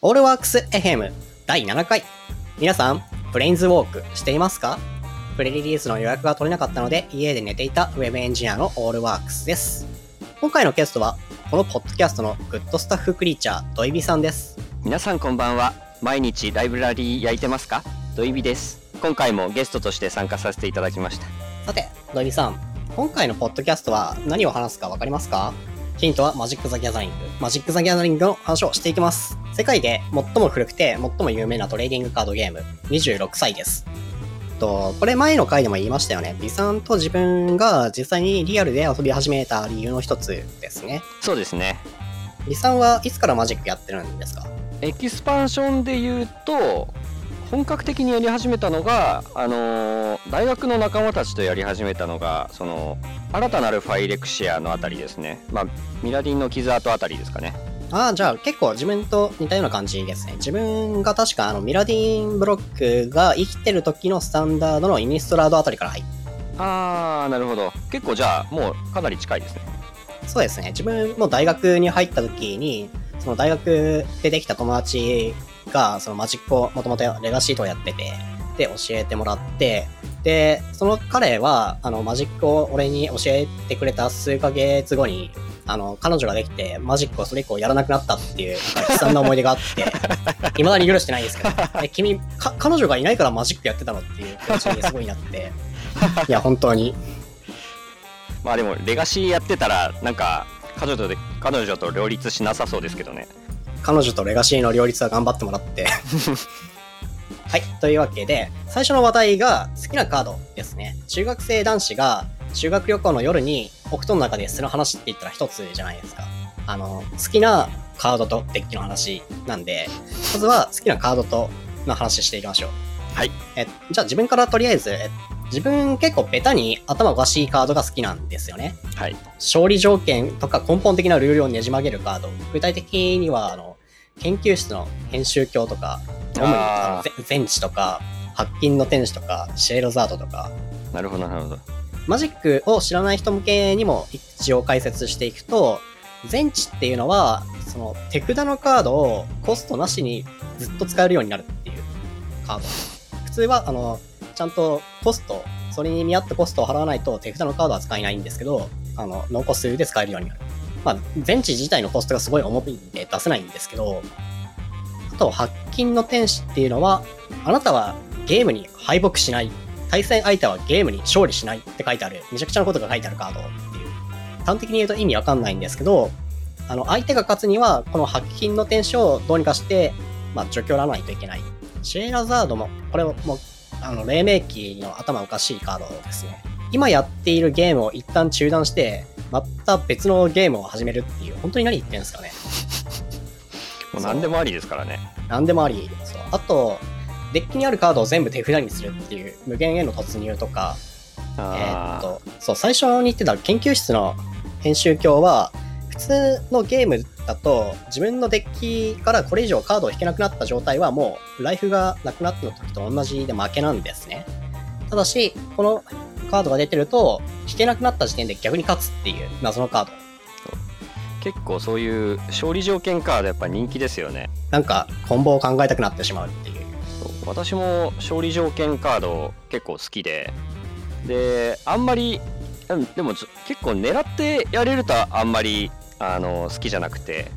オールワークス FM 第7回。皆さん、プレインズウォークしていますか？プレリリースの予約が取れなかったので、家で寝ていたウェブエンジニアのオールワークスです。今回のゲストは、このポッドキャストのグッドスタッフクリーチャー、ドイビさんです。 皆さんこんばんは。毎日ライブラリー焼いてますか？ドイビです。今回もゲストとして参加させていただきました。 さて、ドイビさん、今回のポッドキャストは何を話すかわかりますか？ヒントはマジック・ザ・ギャザリング。マジック・ザ・ギャザリングの話をしていきます。世界で最も古くて最も有名なトレーディングカードゲーム、26歳です。これ前の回でも言いましたよね。ビさんと自分が実際にリアルで遊び始めた理由の一つですね。 そうですね。 ビさんはいつからマジックやってるんですか？ エキスパンションで言うと、本格的にやり始めたのが、大学の仲間たちとやり始めたのが、新たなるファイレクシアのあたりですね。ミラディンの傷跡あたりですかね。 じゃあ結構自分と似たような感じですね。自分が確かミラディンブロックが生きてる時のスタンダードのイニストラードあたりから入って。 なるほど。結構じゃあもうかなり近いですね。 そうですね。自分も大学に入った時に、その大学でできた友達がそのマジックをもともとレガシートをやってて、で教えてもらって、でその彼はマジックを俺に教えてくれた数ヶ月後に彼女ができてマジックをそれ以降やらなくなったっていう悲惨な思い出があって未だに許してないんですけど、君彼女がいないからマジックやってたのっていう気持ちにすごいなっていや本当にでもレガシーやってたらなんか彼女と両立しなさそうですけどね。 彼女とレガシーの両立は頑張ってもらってはい、というわけで最初の話題が好きなカードですね。中学生男子が修学旅行の夜にお布団の中でする話って言ったら一つじゃないですか。好きなカードとデッキの話なんで、まずは好きなカードとの話していきましょう。 はい。 じゃあ自分からとりあえず、自分結構ベタに頭おかしいカードが好きなんですよね。 はい。 勝利条件とか根本的なルールをねじ曲げるカード。具体的には研究室の編集鏡とか、主に全知とか、白金の天使とか、シェーロザードとか。 なるほどなるほど。 マジックを知らない人向けにも一応解説していくと、全知っていうのはその手札のカードをコストなしにずっと使えるようになるっていうカード。普通はちゃんとコスト、それに見合ったコストを払わないと手札のカードは使えないんですけど、ノーコストで使えるようになる。全知自体のコストがすごい重いんで出せないんですけど、あと白金の天使っていうのは、あなたはゲームに敗北しない、対戦相手はゲームに勝利しないって書いてある、めちゃくちゃなことが書いてあるカードっていう。端的に言うと意味わかんないんですけど、相手が勝つには、この白金の天使をどうにかして、除去らないといけない。シェーラザードも、これも、黎明期の頭おかしいカードですね。今やっているゲームを一旦中断して、また別のゲームを始めるっていう、本当に何言ってんすかね。 もう何でもありですからね。 何でもあり。そう。あと、デッキにあるカードを全部手札にするっていう無限への突入とか、そう、最初に言ってた研究室の編集鏡は、普通のゲームだと自分のデッキからこれ以上カードを引けなくなった状態はもうライフがなくなった時と同じで負けなんですね。ただし、このカードが出てると、引けなくなった時点で逆に勝つっていう謎のカード。 結構そういう勝利条件カードやっぱ人気ですよね。 なんかコンボを考えたくなってしまうっていう。 私も勝利条件カード結構好きで、あんまりでも結構狙ってやれるとあんまり好きじゃなくて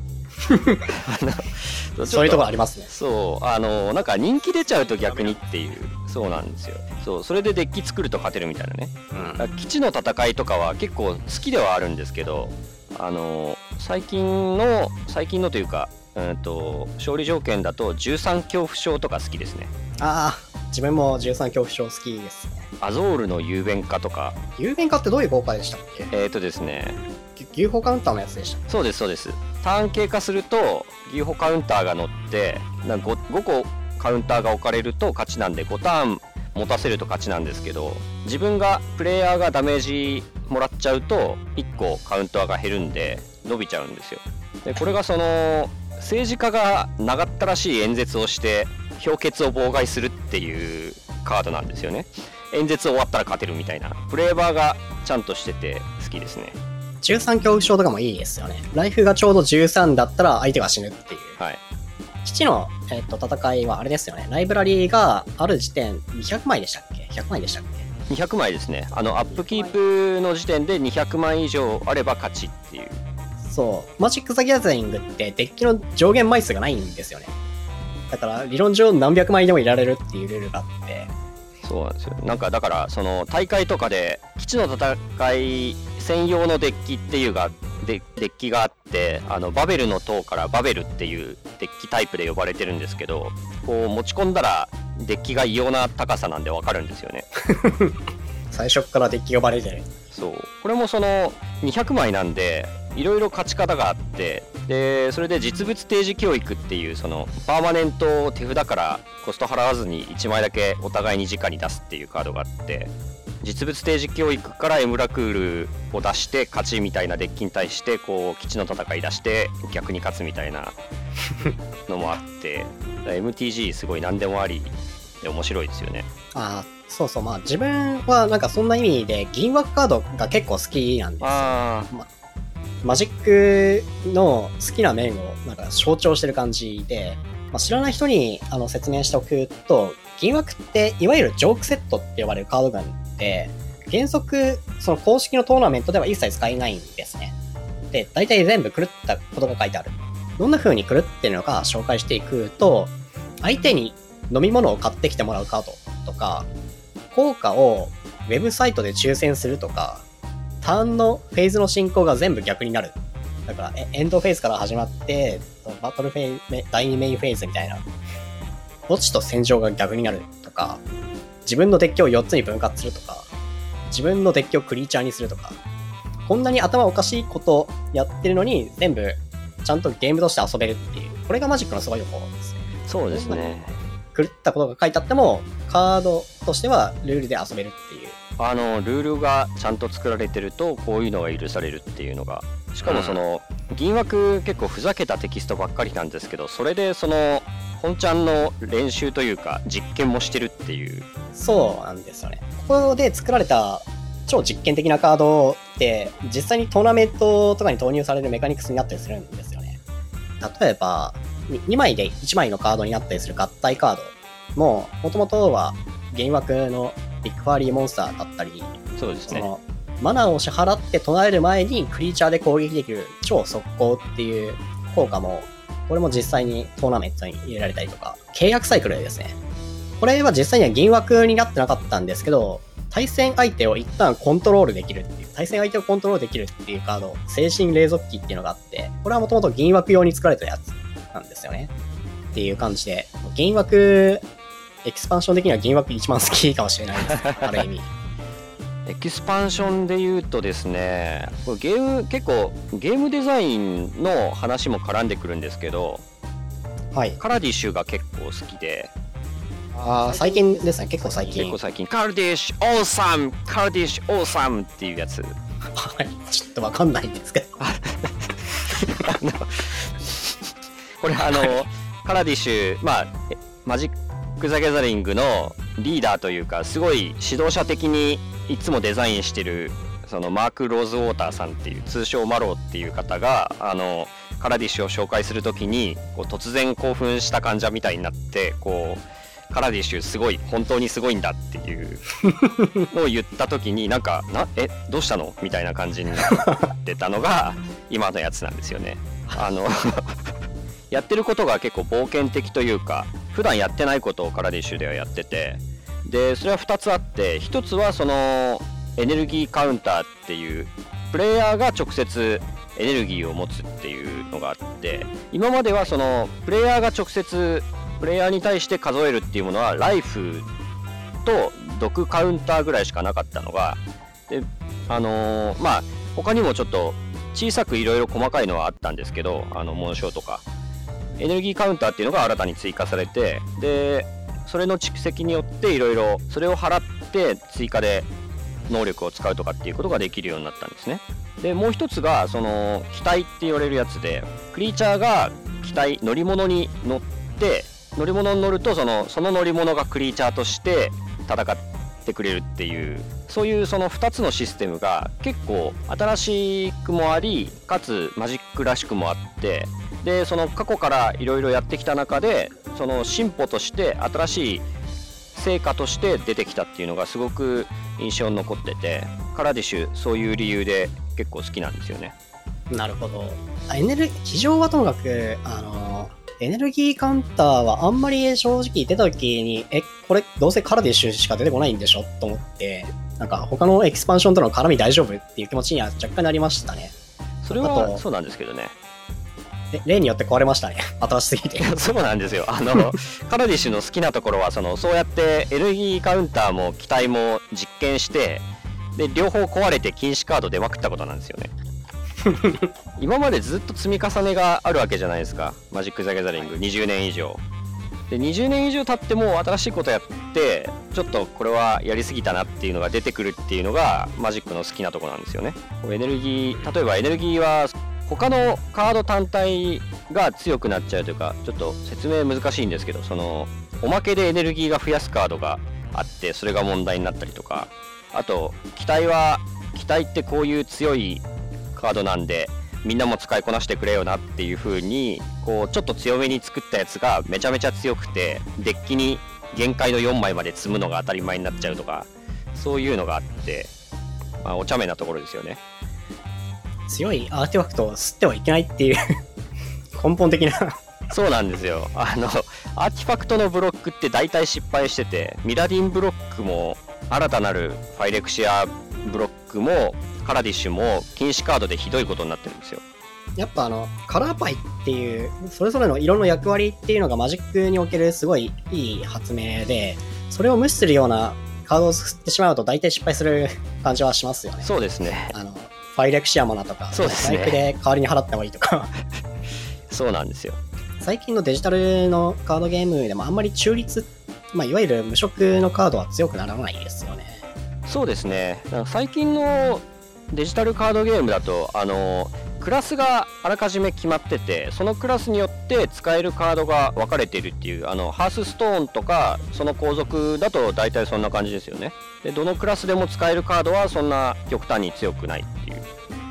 そういうところありますね。 そうなんか人気出ちゃうと逆にっていう。そうなんですよ。それでデッキ作ると勝てるみたいなね、基地の戦いとかは結構好きではあるんですけど、最近のというか勝利条件だと13恐怖症とか好きですね。 自分も13恐怖症好きですね。 アゾールの雄弁化とか。 雄弁化ってどういう効果でしたっけ？ ですね、 牛歩カウンターのやつでした。 そうですそうです。ターン経過すると牛歩カウンターが乗って 5個カウンターが置かれると勝ちなんで、5ターン持たせると勝ちなんですけど、プレイヤーがダメージもらっちゃうと1個カウンターが減るんで伸びちゃうんですよ。でこれが政治家が長ったらしい演説をして評決を妨害するっていうカードなんですよね。演説終わったら勝てるみたいなフレーバーがちゃんとしてて好きですね。 13恐怖症とかもいいですよね。ライフがちょうど13だったら相手が死ぬっていう。 はい。 基地の、戦いはあれですよね。ライブラリーがある時点200枚でしたっけ ?100 枚でしたっけ 200枚ですね。アップキープの時点で200枚以上あれば勝ちっていう。 そう。マジック・ザ・ギャザリングってデッキの上限枚数がないんですよね。だから理論上何百枚でもいられるっていうルールがあって。 そうなんですよ。なんかだからその大会とかで基地の戦い専用のデッキっていうデッキがあって、バベルの塔からバベルっていうデッキタイプで呼ばれてるんですけど、こう持ち込んだらデッキが異様な高さなんでわかるんですよね。 最初からデッキ呼ばれてる。 そう。これもその200枚なんでいろいろ勝ち方があって、でそれで実物提示教育っていうそのパーマネントを手札からコスト払わずに1枚だけお互いに直に出すっていうカードがあって、実物提示教育からエムラクールを出して勝ちみたいなデッキに対してこう基地の戦い出して逆に勝つみたいなのもあってMTG すごい何でもありで面白いですよね。 ああ、そうそう。まあ自分はなんかそんな意味で銀枠カードが結構好きなんですよ。マジックの好きな面をなんか象徴してる感じで、知らない人に説明しておくと、銀枠っていわゆるジョークセットって呼ばれるカード群で、原則その公式のトーナメントでは一切使えないんですね。で、大体全部狂ったことが書いてある。どんな風に狂ってるのか紹介していくと、相手に飲み物を買ってきてもらうカードとか、効果をウェブサイトで抽選するとか、ターンのフェーズの進行が全部逆になる。だからエンドフェーズから始まってバトルフェーズ第2メインフェーズみたいな、墓地と戦場が逆になるとか、自分のデッキを4つに分割するとか、自分のデッキをクリーチャーにするとか、こんなに頭おかしいことやってるのに全部ちゃんとゲームとして遊べるっていう、これがマジックのすごいところですね。 そうですね。 狂ったことが書いてあってもカードとしてはルールで遊べるっていう、 ルールがちゃんと作られてるとこういうのが許されるっていうのが、しかもその、銀枠結構ふざけたテキストばっかりなんですけど、それでその本ちゃんの練習というか実験もしてるっていう。 そうなんですよね。ここで作られた超実験的なカードって実際にトーナメントとかに投入されるメカニクスになったりするんですよね。例えば2枚で1枚のカードになったりする合体カードもともとは銀枠のビッグファーリーモンスターだったり、 そうですね、 そのマナーを支払って唱える前にクリーチャーで攻撃できる超速攻っていう効果も、これも実際にトーナメントに入れられたりとか、契約サイクルですね。これは実際には銀枠になってなかったんですけど、対戦相手を一旦コントロールできるっていう、対戦相手をコントロールできるっていうカード、精神霊族機っていうのがあって、これはもともと銀枠用に作られたやつなんですよね。っていう感じで、銀枠、エキスパンション的には銀枠一番好きかもしれないです。ある意味。 エキスパンションで言うとですね、これ結構ゲームデザインの話も絡んでくるんですけど、 はい、 カラディッシュが結構好きで、 最近ですね。結構最近カラディッシュオーサム、カラディッシュオーサムっていうやつ。 はい、ちょっとわかんないんですけどこれカラディッシュ、マジック・ザ・ギャザリングのリーダーというか、すごい指導者的にいつもデザインしてるそのマーク・ローズウォーターさんっていう、通称マローっていう方がカラディッシュを紹介するときにこう突然興奮した患者みたいになって、こうカラディッシュすごい、本当にすごいんだっていうのを言ったときになんかどうしたのみたいな感じになってたのが今のやつなんですよね。やってることが結構冒険的というか、普段やってないことをカラディッシュではやってて、でそれは2つあって、1つはそのエネルギーカウンターっていうプレイヤーが直接エネルギーを持つっていうのがあって、今まではそのプレイヤーが直接プレイヤーに対して数えるっていうものはライフと毒カウンターぐらいしかなかったのが、で他にもちょっと小さくいろいろ細かいのはあったんですけど、紋章とかエネルギーカウンターっていうのが新たに追加されて、でそれの蓄積によっていろいろそれを払って追加で能力を使うとかっていうことができるようになったんですね。でもう一つがその機体って言われるやつで、クリーチャーが機体乗り物に乗って、乗り物に乗るとその乗り物がクリーチャーとして戦ってくれるっていう、そういうその2つのシステムが結構新しくもあり、かつマジックらしくもあって、 でその過去からいろいろやってきた中でその進歩として新しい成果として出てきたっていうのがすごく印象に残ってて、カラディッシュそういう理由で結構好きなんですよね。 なるほど。地上はともかくエネルギーカウンターはあんまり正直出た時にこれどうせカラディッシュしか出てこないんでしょと思って、なんか他のエキスパンションとの絡み大丈夫っていう気持ちには若干なりましたね。 それはそうなんですけどね。 例によって壊れましたね。新しすぎて。 そうなんですよ。カラディッシュの好きなところはそうやってエネルギーカウンターも機体も実験してで両方壊れて禁止カード出まくったことなんですよね。今までずっと積み重ねがあるわけじゃないですか、マジック・ザ・ギャザリング20年以上で、20年以上経っても新しいことやってちょっとこれはやりすぎたなっていうのが出てくるっていうのがマジックの好きなところなんですよね。例えばエネルギーは他のカード単体が強くなっちゃうというか、ちょっと説明難しいんですけど、おまけでエネルギーが増やすカードがあってそれが問題になったりとか、あと機体ってこういう強いカードなんでみんなも使いこなしてくれよなっていう風にこうちょっと強めに作ったやつがめちゃめちゃ強くてデッキに限界の4枚まで積むのが当たり前になっちゃうとか、そういうのがあって、お茶目なところですよね。 強いアーティファクトを吸ってはいけないっていう根本的なそうなんですよ。アーティファクトのブロックって大体失敗してて、ミラディンブロックも新たなるファイレクシアブロックもカラディッシュも禁止カードでひどいことになってるんですよ。 やっぱカラーパイっていうそれぞれの色の役割っていうのがマジックにおけるすごいいい発明で、それを無視するようなカードを吸ってしまうと大体失敗する感じはしますよね。 そうですね。 ファイレクシアマナとか、 そうですね、 バイクで代わりに払った方がいいとかそうなんですよ。 最近のデジタルのカードゲームでもあんまり中立、いわゆる無色のカードは強くならないですよね。 そうですね。最近のデジタルカードゲームだとクラスがあらかじめ決まってて、そのクラスによって使えるカードが分かれているっていう、ハースストーンとかその後続だと大体そんな感じですよね。でどのクラスでも使えるカードはそんな極端に強くないっていう。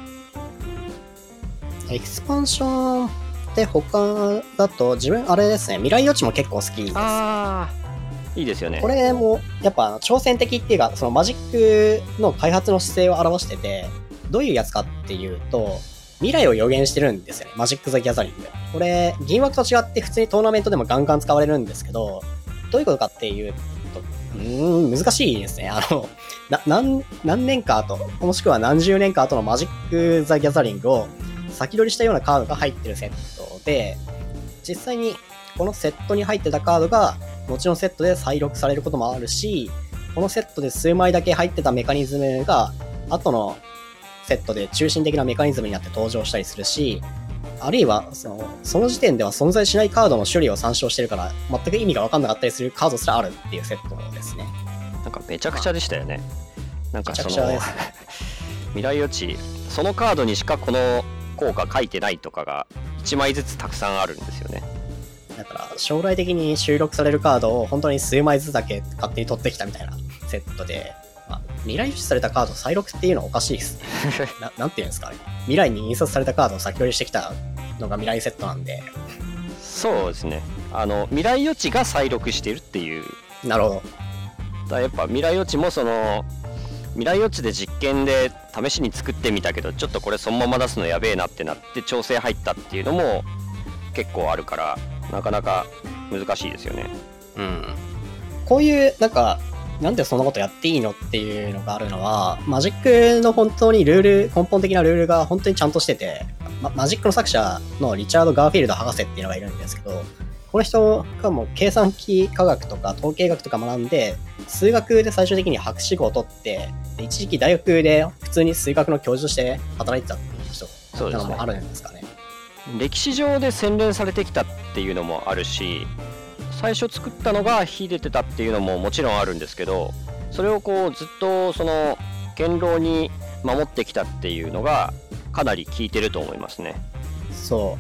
エキスパンションって他だと自分あれですね、未来予知も結構好きです。 いいですよね。 これもやっぱ挑戦的っていうか、そのマジックの開発の姿勢を表してて、どういうやつかっていうと未来を予言してるんですよね、マジック・ザ・ギャザリング。これ銀枠と違って普通にトーナメントでもガンガン使われるんですけど、どういうことかっていうと難しいですね。何年か後もしくは何十年か後のマジック・ザ・ギャザリングを先取りしたようなカードが入ってるセットで、実際にこのセットに入ってたカードが後のセットで再録されることもあるし、このセットで数枚だけ入ってたメカニズムが後のセットで中心的なメカニズムになって登場したりするし、あるいはその時点では存在しないカードの種類を参照してるから全く意味が分かんなかったりするカードすらあるっていうセットですね。 なんかめちゃくちゃでしたよね。なんかめちゃくちゃですね。 未来予知そのカードにしかこの効果書いてないとかが1枚ずつたくさんあるんですよね。 だから将来的に収録されるカードを本当に数枚ずつだけ勝手に取ってきたみたいなセットで、未来予知されたカード再録っていうのはおかしいですね。なんていうんですかね。未来に印刷されたカードを先取りしてきたのが未来セットなんで。 そうですね。未来予知が再録しているっていう。 なるほど。 だやっぱ未来予知も未来予知で実験で試しに作ってみたけどちょっとこれそのまま出すのやべえなってなって調整入ったっていうのも結構あるからなかなか難しいですよね。 こういうなんでそんなことやっていいのっていうのがあるのは、マジックの本当に根本的なルールが本当にちゃんとしてて、マジックの作者のリチャード・ガーフィールド博士っていうのがいるんですけど、この人がもう計算機科学とか統計学とか学んで、数学で最終的に博士号を取って、一時期大学で普通に数学の教授として働いてたっていう人なのもあるんですかね。 歴史上で洗練されてきたっていうのもあるし、最初作ったのが秀でてたっていうのももちろんあるんですけど、それをこうずっとその堅牢に守ってきたっていうのがかなり効いてると思いますね。 そう。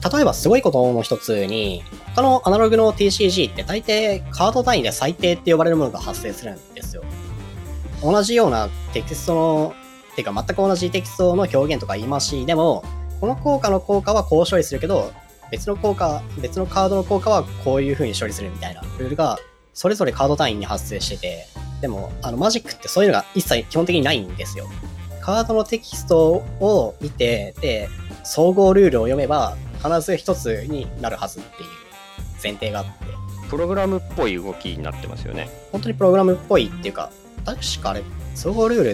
例えばすごいことの一つに、他のアナログの TCG って大抵カード単位で最低って呼ばれるものが発生するんですよ。同じようなテキストの、てか全く同じテキストの表現とか言い回しでも、 この効果の効果はこう処理するけど、別のカードの効果はこういう風に処理するみたいなルールが、それぞれカード単位に発生してて、でも、マジックってそういうのが一切基本的にないんですよ。カードのテキストを見て、で、総合ルールを読めば、必ず一つになるはずっていう前提があって。 プログラムっぽい動きになってますよね。 本当にプログラムっぽいっていうか、確かあれ、総合ルールって、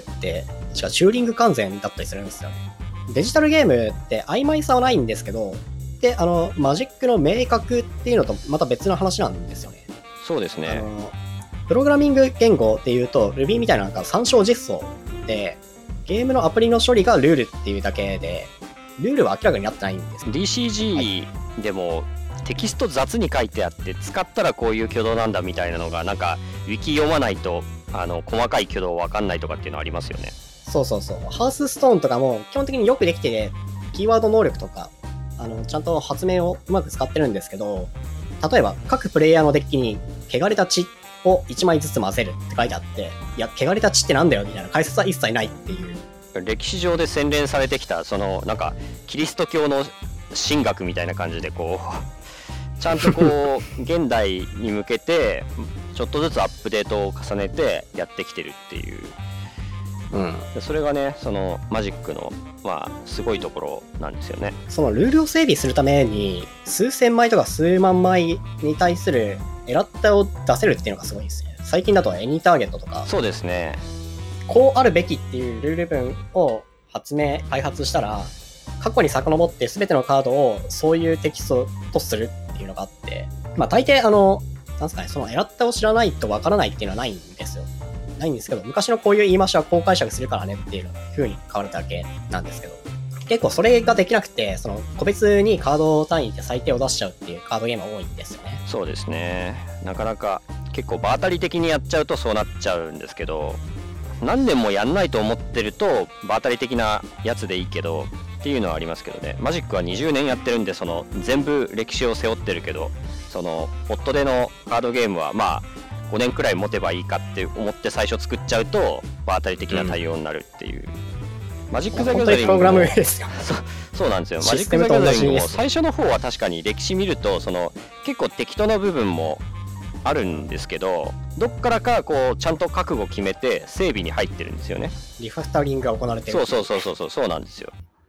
確かチューリング完全だったりするんですよね。デジタルゲームって曖昧さはないんですけど、で、マジックの明確っていうのとまた別の話なんですよね。 そうですね。 プログラミング言語で言うと Ruby みたいな参照実装で、ゲームのアプリの処理がルールっていうだけで、ルールは明らかになってないんです。 DCG でもテキスト雑に書いてあって、使ったらこういう挙動なんだみたいなのが、なんかウィキ読まないと細かい挙動わかんないとかっていうのありますよね。 そうそうそう。ハースストーンとかも基本的によくできてて、キーワード能力とかちゃんと発明をうまく使ってるんですけど、例えば各プレイヤーのデッキに汚れた血を1枚ずつ混ぜるって書いてあって、いや、汚れた血ってなんだよみたいな解説は一切ないっていう。 歴史上で洗練されてきた、なんかキリスト教の神学みたいな感じで、こうちゃんとこう現代に向けてちょっとずつアップデートを重ねてやってきてるっていう、それがね、マジックのすごいところなんですよね。 そのルールを整備するために数千枚とか数万枚に対するエラッタを出せるっていうのがすごいですね。最近だとエニーターゲットとか、 そうですね。 こうあるべきっていうルール文を開発したら、過去に遡って全てのカードをそういうテキストとするっていうのがあって、大抵なんすかね、そのエラッタを知らないとわからないっていうのはないんですよ。ないんですけど、昔のこういう言い回しはこう解釈するからねっていう風に変わるだけなんですけど、結構それができなくて、個別にカード単位で最低を出しちゃうっていうカードゲームが多いんですよね。 そうですね。なかなか結構場当たり的にやっちゃうとそうなっちゃうんですけど、何年もやんないと思ってると場当たり的なやつでいいけどっていうのはありますけどね。マジックは20年やってるんで、全部歴史を背負ってるけど、ポットでのカードゲームは5年くらい持てばいいかって思って最初作っちゃうと場当たり的な対応になるっていう、マジック・ザ・ギャザリングもそうなんですよ。マジック・ザ・ギャザリングも最初の方は確かに歴史見ると結構適当な部分もあるんですけど、どっからかこうちゃんと覚悟決めて整備に入ってるんですよね。 リファクタリングが行われてる。 そうなんですよ。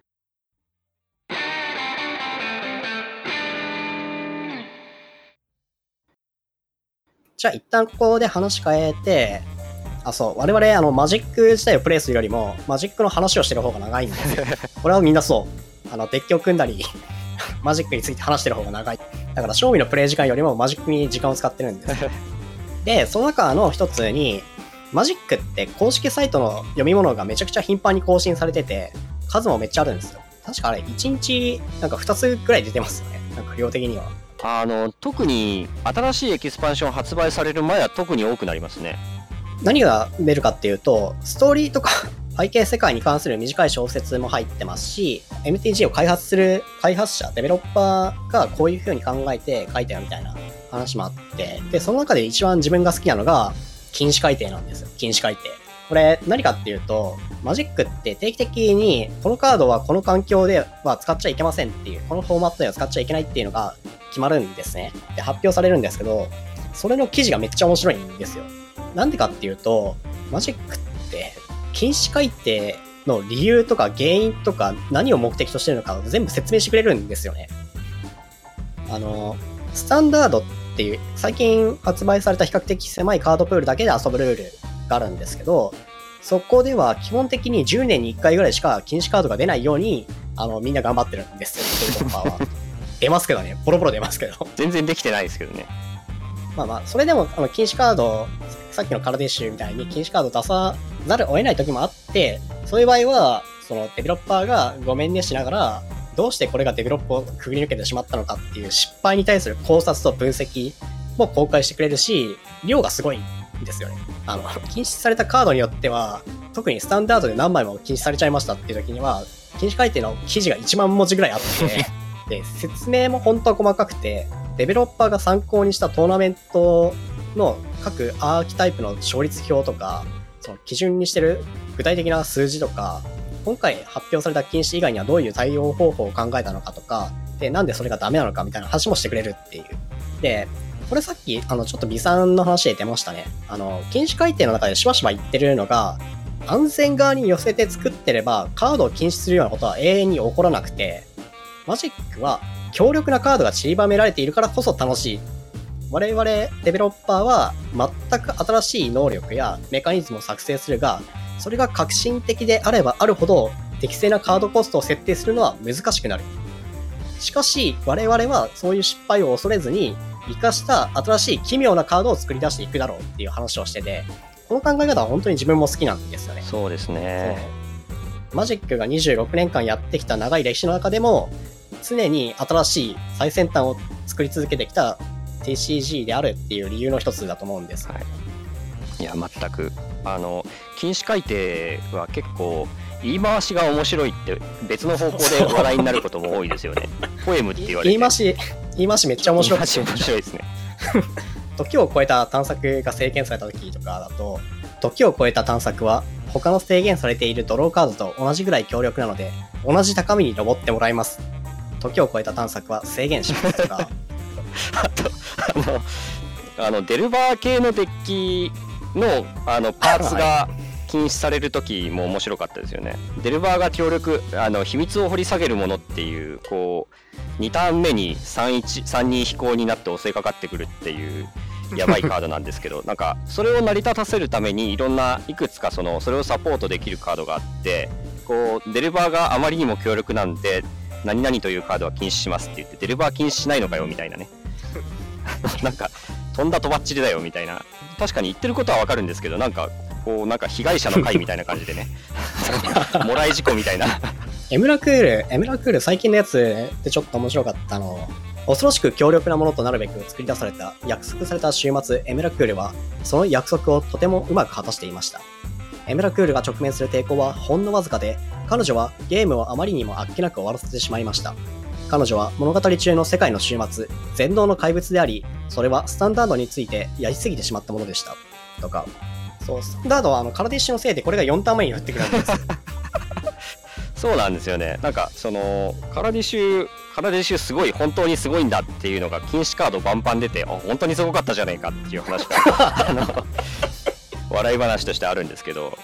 じゃあ一旦ここで話変えて、我々マジック自体をプレイするよりもマジックの話をしてる方が長いんですよ。これはみんなそう。デッキを組んだりマジックについて話してる方が長い。だから賞味のプレイ時間よりもマジックに時間を使ってるんですよ。で、その中の一つに、マジックって公式サイトの読み物がめちゃくちゃ頻繁に更新されてて、数もめっちゃあるんですよ。確かあれ1日2つくらい出てますよね。量的には。 特に新しいエキスパンション発売される前は特に多くなりますね。 何が出るかっていうと、ストーリーとか背景世界に関する短い小説も入ってますし、MTG を開発する開発者、デベロッパーがこういう風に考えて書いたよみたいな話もあって、で、その中で一番自分が好きなのが禁止改定なんですよ。禁止改定。これ何かっていうと、マジックって定期的にこのカードはこの環境では使っちゃいけませんっていう、このフォーマットでは使っちゃいけないっていうのが決まるんですね。で、発表されるんですけど、それの記事がめっちゃ面白いんですよ。なんでかっていうと、マジックって禁止改定の理由とか原因とか何を目的としてるのかを全部説明してくれるんですよね。スタンダードっていう最近発売された比較的狭いカードプールだけで遊ぶルールがあるんですけど、そこでは基本的に10年に1回ぐらいしか禁止カードが出ないようにみんな頑張ってるんですよ。デベロッパーは出ますけどね、ボロボロ出ますけど全然できてないですけどね。 それでも禁止カード、さっきのカラディッシュみたいに禁止カード出さざるを得ない時もあって、そういう場合はそのデベロッパーがごめんねしながら、どうしてこれがデベロップをくぐり抜けてしまったのかっていう失敗に対する考察と分析も公開してくれるし、量がすごいんですよね。禁止されたカードによっては、特にスタンダードで何枚も禁止されちゃいましたっていう時には、禁止改定の記事が1万文字ぐらいあってで、説明も本当は細かくて、デベロッパーが参考にしたトーナメントの各アーキタイプの勝率表とか、その基準にしてる具体的な数字とか、 今回発表された禁止以外にはどういう対応方法を考えたのかとか、で、なんでそれがダメなのかみたいな話もしてくれるっていう。で、これさっき、ちょっと微散の話で出ましたね。禁止改定の中でしばしば言ってるのが、安全側に寄せて作ってれば、カードを禁止するようなことは永遠に起こらなくて、マジックは強力なカードが散りばめられているからこそ楽しい。我々デベロッパーは全く新しい能力やメカニズムを作成するが、それが革新的であればあるほど適正なカードコストを設定するのは難しくなる。しかし我々はそういう失敗を恐れずに活かした新しい奇妙なカードを作り出していくだろうっていう話をしてて、この考え方は本当に自分も好きなんですよね。 そうですね。 マジックが26年間やってきた長い歴史の中でも常に新しい最先端を作り続けてきた TCG であるっていう理由の一つだと思うんです。 はい、いや全く禁止改定は結構言い回しが面白いって別の方向で話題になることも多いですよね。ポエムって言われて言い回しめっちゃ面白いですね。面白いですね。 時を超えた探索が制限された時とかだと、時を超えた探索は他の制限されているドローカードと同じぐらい強力なので同じ高みに登ってもらいます。時を超えた探索は制限しますとかあとデルバー系のデッキのパーツが禁止される時も面白かったですよね。デルバーが強力秘密を掘り下げるものっていうこう2ターン目に3-2飛行になって襲いかかってくるっていうやばいカードなんですけどなんかそれを成り立たせるためにいろんないくつかそれをサポートできるカードがあってこうデルバーがあまりにも強力なんで何々というカードは禁止しますって言ってデルバー禁止しないのかよみたいなねなんか飛んだとばっちりだよみたいな、確かに言ってることはわかるんですけどなんか被害者の会みたいな感じでねもらい事故みたいなエムラクール最近のやつでちょっと面白かったの、恐ろしく強力なものとなるべく作り出された約束された週末、エムラクールはその約束をとてもうまく果たしていました。エムラクールが直面する抵抗はほんのわずかで、彼女はゲームをあまりにもあっけなく終わらせてしまいました。彼女は物語中の世界の終末、全能の怪物であり、それはスタンダードについてやりすぎてしまったものでした。とか、そう、スタンダードはカラディッシュのせいでこれが4ターン目に降ってくるんです。 そうなんですよね。なんかカラディッシュすごい本当にすごいんだっていうのが禁止カードバンバン出て、本当にすごかったじゃないかっていう話が笑い話としてあるんですけど。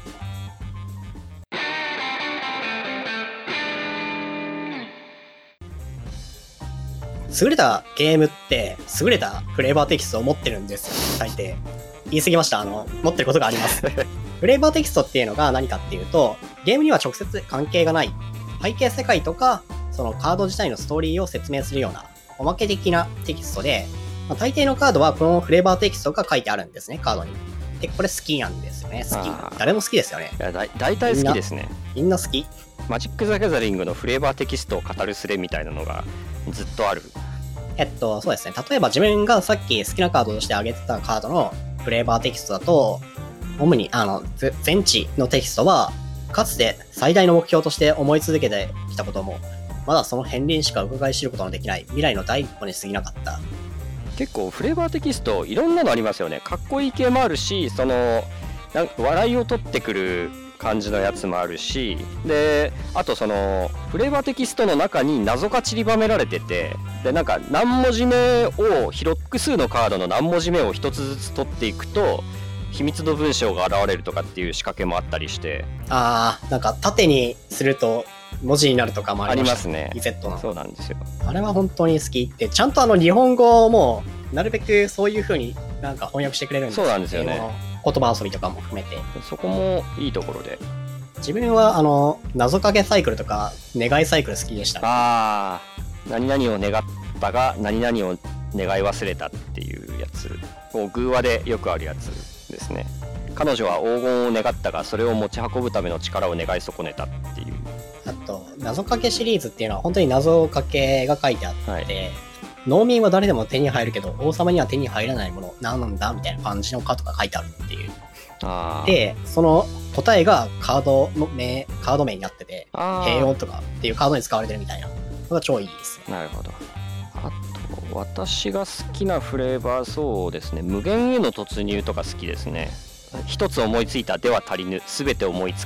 優れたゲームって優れたフレーバーテキストを持ってるんですよ、大抵。言い過ぎました。持ってることがあります。フレーバーテキストっていうのが何かっていうと、ゲームには直接関係がない背景世界とかそのカード自体のストーリーを説明するようなおまけ的なテキストで、大抵のカードはこのフレーバーテキストが書いてあるんですね、カードに。で、これ好きなんですよね。好き。誰も好きですよね。 いや、大体好きですね。 みんな好き。 マジック・ザ・ギャザリングのフレーバーテキストを語るスレみたいなのがずっとある。 そうですね。例えば自分がさっき好きなカードとして挙げてたカードのフレーバーテキストだと、主に全知のテキストは、かつて最大の目標として思い続けてきたことも、まだその片鱗しか伺い知ることのできない未来の第一歩に過ぎなかった。 結構フレーバーテキストいろんなのありますよね。かっこいい系もあるし、笑いを取ってくる感じのやつもあるし、であとフレーバーテキストの中に謎が散りばめられてて、でなんか何文字目を複数のカードの何文字目を一つずつ取っていくと秘密の文章が現れるとかっていう仕掛けもあったりして、 なんか縦にすると文字になるとかもありましたね。 リセットの。 そうなんですよ。 あれは本当に好きで、ちゃんと日本語もなるべくそういう風になんか翻訳してくれるんですよ。 そうなんですよね。 言葉遊びとかも含めて。 そこもいいところで。 自分は謎かけサイクルとか願いサイクル好きでした。 何々を願ったが何々を願い忘れたっていうやつ。偶話でよくあるやつですね。彼女は黄金を願ったがそれを持ち運ぶための力を願い損ねたっていう。 あと謎かけシリーズっていうのは本当に謎かけが書いてあって、農民は誰でも手に入るけど王様には手に入らないもの何なんだみたいな感じのカードが書いてあるっていう。でその答えがカード名になってて、平穏とかっていうカードに使われてるみたいなのが超いいですね。 なるほど。あと私が好きなフレーバー、そうですね、無限への突入とか好きですね。一つ思いついたでは足りぬ、すべて思いつけっ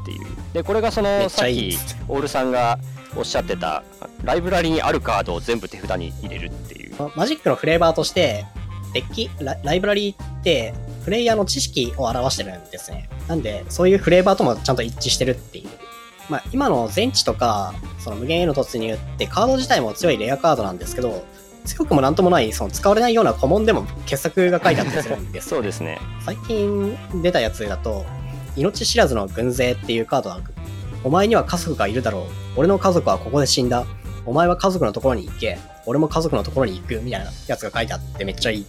っていう。でこれがそめのさっっちゃいいきオールさんがおっしゃってたライブラリにあるカードを全部手札に入れるっていう。 マジックのフレーバーとして、デッキ、ライブラリーって、プレイヤーの知識を表してるんですね。なんで、そういうフレーバーともちゃんと一致してるっていう。まあ、今の全知とか、その無限への突入ってカード自体も強いレアカードなんですけど、強くもなんともない、その使われないような古文でも傑作が書いてあったりするんです、 そうですね。 最近出たやつだと、命知らずの軍勢っていうカードが、お前には家族がいるだろう。俺の家族はここで死んだ。お前は家族のところに行け。俺も家族のところに行く。みたいなやつが書いてあってめっちゃいい。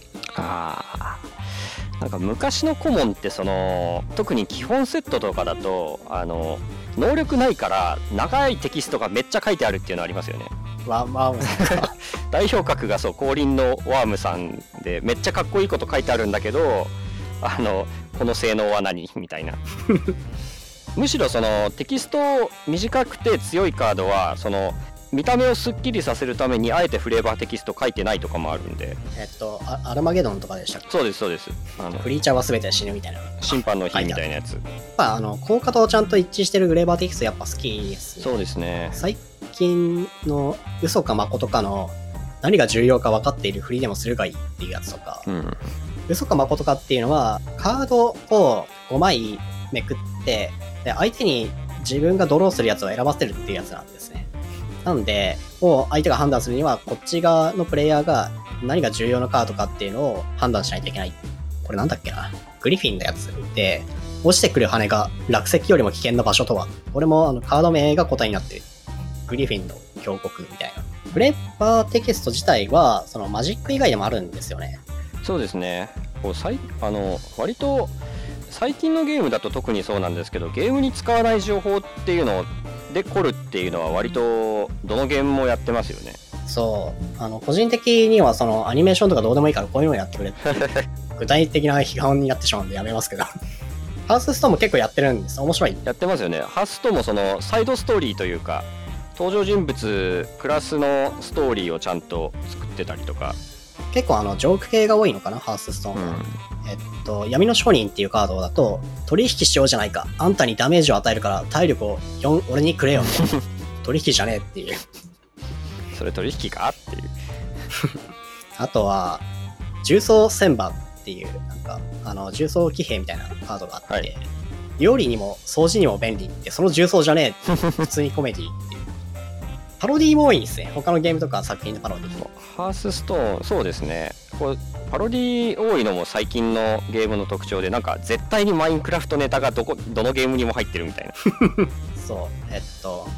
なんか昔の顧問ってその特に基本セットとかだと能力ないから長いテキストがめっちゃ書いてあるっていうのありますよね。代表格がそう降臨のワームさんでめっちゃかっこいいこと書いてあるんだけどこの性能は何みたいなむしろそのテキスト短くて強いカードはその見た目をスッキリさせるためにあえてフレーバーテキスト書いてないとかもあるんで。 アルマゲドンとかでしたっけ？ そうですそうです。 クリーチャーは全て死ぬみたいな審判の日みたいなやつ。 やっぱ効果とちゃんと一致してるフレーバーテキストやっぱ好きですね。 そうですね。 最近の嘘か誠かの何が重要か分かっているフリーでもするがいいっていうやつとか、嘘か誠かっていうのはカードを5枚めくってで相手に自分がドローするやつを選ばせるっていうやつなんですね。なんで相手が判断するにはこっち側のプレイヤーが何が重要なカードかっていうのを判断しないといけない。これなんだっけな、グリフィンのやつで落ちてくる羽が落石よりも危険な場所とは。これもカード名が答えになってる。グリフィンの峡谷みたいな。フレーバーテキスト自体はそのマジック以外でもあるんですよね。 そうですね。割と最近のゲームだと特にそうなんですけど、ゲームに使わない情報っていうので凝るっていうのは割とどのゲームもやってますよね。 そう個人的にはそのアニメーションとかどうでもいいからこういうのをやってくれって具体的な批判になってしまうんでやめますけどハースストーンも結構やってるんです。面白い。 やってますよね。ハースストーンもそのサイドストーリーというか登場人物クラスのストーリーをちゃんと作ってたりとか。 結構ジョーク系が多いのかな、ハースストーンは。闇の商人っていうカードだと、取引しようじゃないか。あんたにダメージを与えるから体力を4俺にくれよ。取引じゃねえっていう。 それ取引かっていう。 あとは、重装戦馬っていう、重装騎兵みたいなカードがあって、はい、料理にも掃除にも便利って、その重装じゃねえって、普通にコメディっていう。パロディーも多いんですね。他のゲームとか作品のパロディーも。 ハースストーン、そうですね。これパロディ多いのも最近のゲームの特徴で、なんか絶対にマインクラフトネタがどのゲームにも入ってるみたいな。 そう。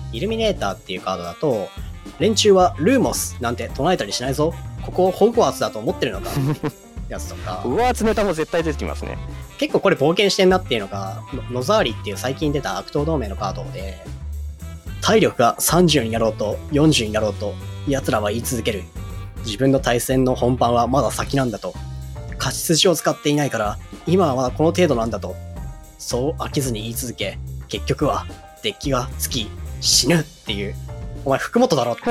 イルミネーターっていうカードだと、連中はルーモスなんて唱えたりしないぞ。ここホグワーツだと思ってるのか。やつとか。 ホグワーツネタも絶対出てきますね。 結構これ冒険してんなっていうのが、ノザーリっていう最近出た悪党同盟のカードで、体力が30になろうと40になろうと奴らは言い続ける。自分の対戦の本番はまだ先なんだと。勝ち筋を使っていないから今はまだこの程度なんだと。そう飽きずに言い続け、結局はデッキがつき死ぬっていう。お前福本だろって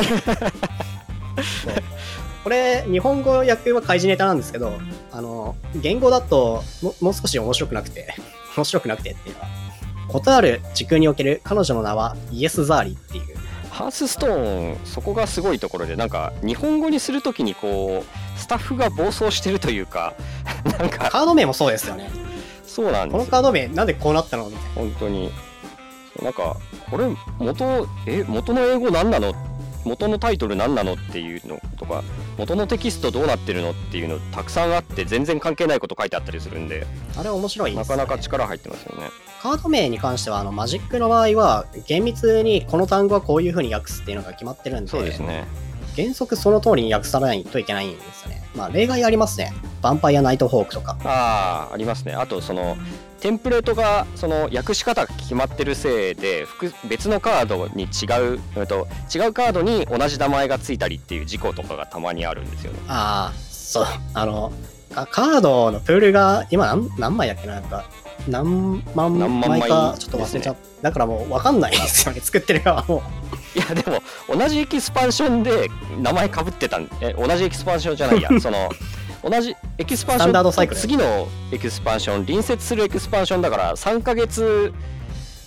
これ日本語訳は開示ネタなんですけど、言語だともう少し面白くなくてっていうのは、ことある時空における彼女の名はイエス・ザーリっていう。 ハースストーン、そこがすごいところで、なんか日本語にするときにこうスタッフが暴走してるというかなんかカード名もそうですよね。 そうなんです。 このカード名なんでこうなったのみたいな。 本当になんかこれ元の英語何なの、元のタイトル何なのっていうのとか、元のテキストどうなってるのっていうのたくさんあって全然関係ないこと書いてあったりするんで、 あれ面白いですね。 なかなか力入ってますよね。 カード名に関してはマジックの場合は厳密にこの単語はこういう風に訳すっていうのが決まってるんで、 そうですね。 原則その通りに訳さないといけないんですよね。まあ例外ありますね。ヴァンパイアナイトホークとか。 ありますね。あとそのテンプレートがその訳し方が決まってるせいで別のカードに違うカードに同じ名前がついたりっていう事故とかがたまにあるんですよね。 そう。カードのプールが今何枚だっけな、なんか何万枚かちょっと忘れちゃった、ね。だからもう分かんないですよね、作ってる側も。 いやでも同じエキスパンションで名前かぶってた同じエキスパンションじゃないやその同じエキスパンションと次のエキスパンション、隣接するエキスパンションだから3ヶ月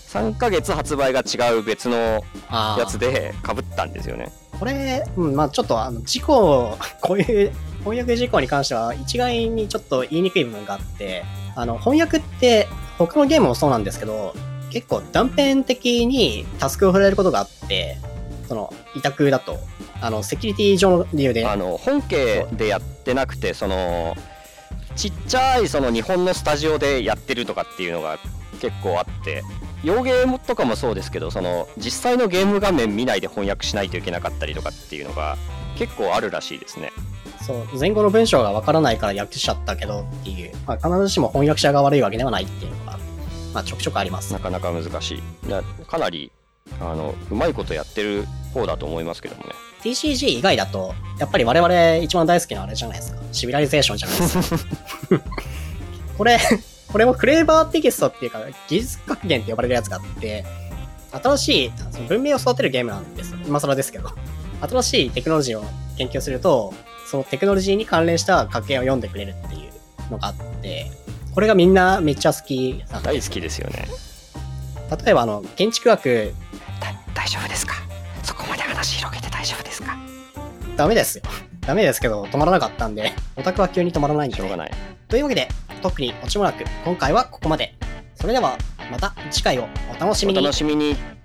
3ヶ月発売が違う別のあーやつで被ったんですよね。 これ、まあちょっと事故、こういう翻訳事項に関しては一概にちょっと言いにくい部分があって、翻訳って他のゲームもそうなんですけど、結構断片的にタスクを振られることがあって、その委託だと、セキュリティ上の理由で。 本家でやってなくて、その、ちっちゃいその日本のスタジオでやってるとかっていうのが結構あって、洋ゲームとかもそうですけど、その実際のゲーム画面見ないで翻訳しないといけなかったりとかっていうのが結構あるらしいですね。 そう、前後の文章がわからないから訳しちゃったけどっていう、まあ、必ずしも翻訳者が悪いわけではないっていうのが、まあ、ちょくちょくあります。 なかなか難しい。かなりうまいことやってる方だと思いますけどもね。 TCG 以外だと、やっぱり我々一番大好きなあれじゃないですか。シビライゼーションじゃないですか。これもクレーバーテキストっていうか、技術格言って呼ばれるやつがあって、新しいその文明を育てるゲームなんですよ。今更ですけど。新しいテクノロジーを研究すると、そのテクノロジーに関連した格言を読んでくれるっていうのがあって、これがみんなめっちゃ好きなんです。 大好きですよね。 例えば建築学、 大丈夫ですか？そこまで話広げて大丈夫ですか？ ダメですよ。ダメですけど、止まらなかったんで、オタクは急に止まらないんで。 しょうがない。 というわけで、特にオチもなく、今回はここまで。それでは、また次回をお楽しみに。 お楽しみに。